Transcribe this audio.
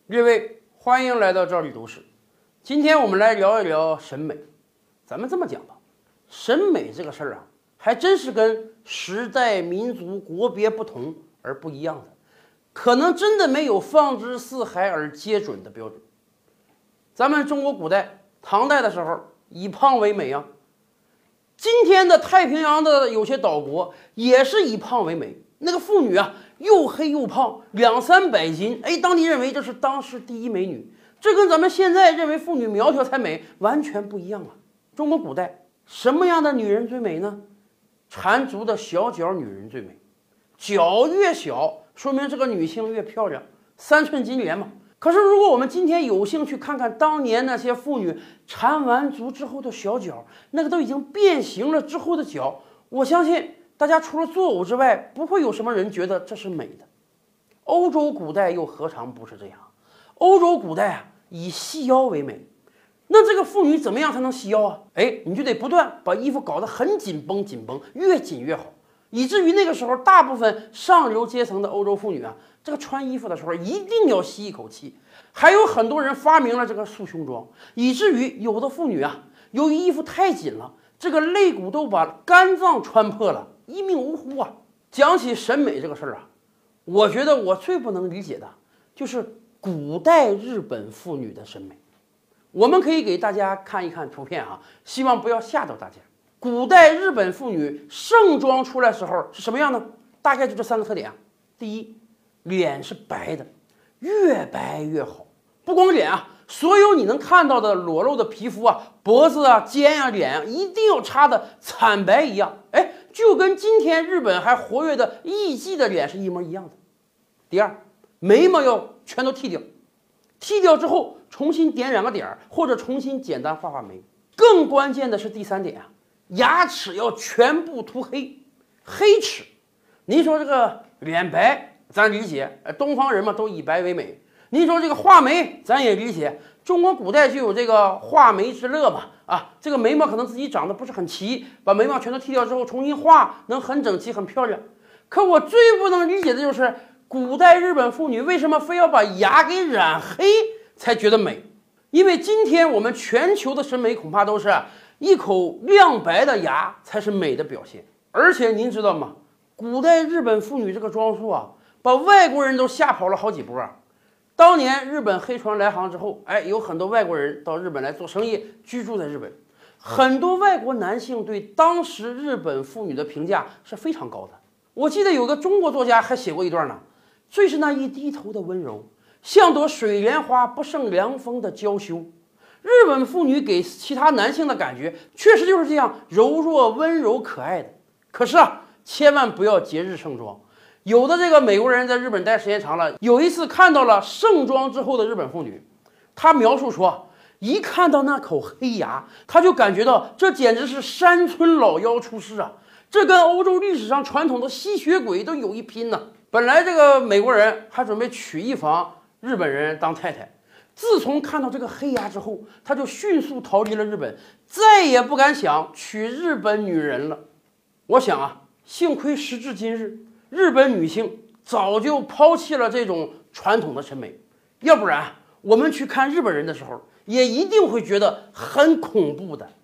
各位，欢迎来到这里都市。今天我们来聊一聊审美。咱们这么讲吧，审美这个事儿啊，还真是跟时代、民族、国别不同而不一样的，可能真的没有放之四海而皆准的标准。咱们中国古代唐代的时候，以胖为美啊。今天的太平洋的有些岛国也是以胖为美，那个妇女啊，又黑又胖，200-300斤，哎，当地认为这是当时第一美女，这跟咱们现在认为妇女苗条才美完全不一样啊。中国古代什么样的女人最美呢？缠足的小脚女人最美，脚越小，说明这个女性越漂亮，3寸金莲嘛。可是如果我们今天有幸去看看当年那些妇女缠完足之后的小脚，那个都已经变形了之后的脚，我相信大家除了作呕之外，不会有什么人觉得这是美的。欧洲古代又何尝不是这样？欧洲古代啊，以细腰为美。那这个妇女怎么样才能细腰啊？哎，你就得不断把衣服搞得很紧绷，越紧越好，以至于那个时候大部分上流阶层的欧洲妇女啊，这个穿衣服的时候一定要吸一口气。还有很多人发明了这个束胸装，以至于有的妇女啊，由于衣服太紧了，这个肋骨都把肝脏穿破了，一命呜呼啊！讲起审美这个事儿啊，我觉得我最不能理解的就是古代日本妇女的审美。我们可以给大家看一看图片啊，希望不要吓到大家。古代日本妇女盛装出来时候是什么样呢？大概就这3个特点啊。第一，脸是白的，越白越好。不光脸啊，所有你能看到的裸露的皮肤啊，脖子啊、肩啊、脸啊，一定要擦的惨白一样。哎，就跟今天日本还活跃的艺妓的脸是一模一样的。第二，眉毛要全都剃掉，剃掉之后重新点2个点儿，或者重新简单画眉。更关键的是第3点啊，牙齿要全部涂黑，黑齿。您说这个脸白，咱理解，东方人嘛都以白为美。您说这个画眉，咱也理解，中国古代就有这个画眉之乐嘛。啊，这个眉毛可能自己长得不是很齐，把眉毛全都剃掉之后重新画，能很整齐很漂亮。可我最不能理解的就是古代日本妇女为什么非要把牙给染黑才觉得美？因为今天我们全球的审美恐怕都是一口亮白的牙才是美的表现。而且您知道吗？古代日本妇女这个装束啊，把外国人都吓跑了好几波啊。当年日本黑船来航之后，哎，有很多外国人到日本来做生意，居住在日本。很多外国男性对当时日本妇女的评价是非常高的。我记得有个中国作家还写过一段呢，最是那一低头的温柔，像朵水莲花不胜凉风的娇羞。日本妇女给其他男性的感觉确实就是这样柔弱、温柔、可爱的。可是啊，千万不要节日盛装。有的这个美国人在日本待时间长了，有一次看到了盛装之后的日本妇女，他描述说，一看到那口黑牙，他就感觉到这简直是山村老妖出世啊！这跟欧洲历史上传统的吸血鬼都有一拼呢。本来这个美国人还准备娶一房日本人当太太，自从看到这个黑牙之后，他就迅速逃离了日本，再也不敢想娶日本女人了。我想啊，幸亏时至今日，日本女性早就抛弃了这种传统的审美，要不然我们去看日本人的时候，也一定会觉得很恐怖的。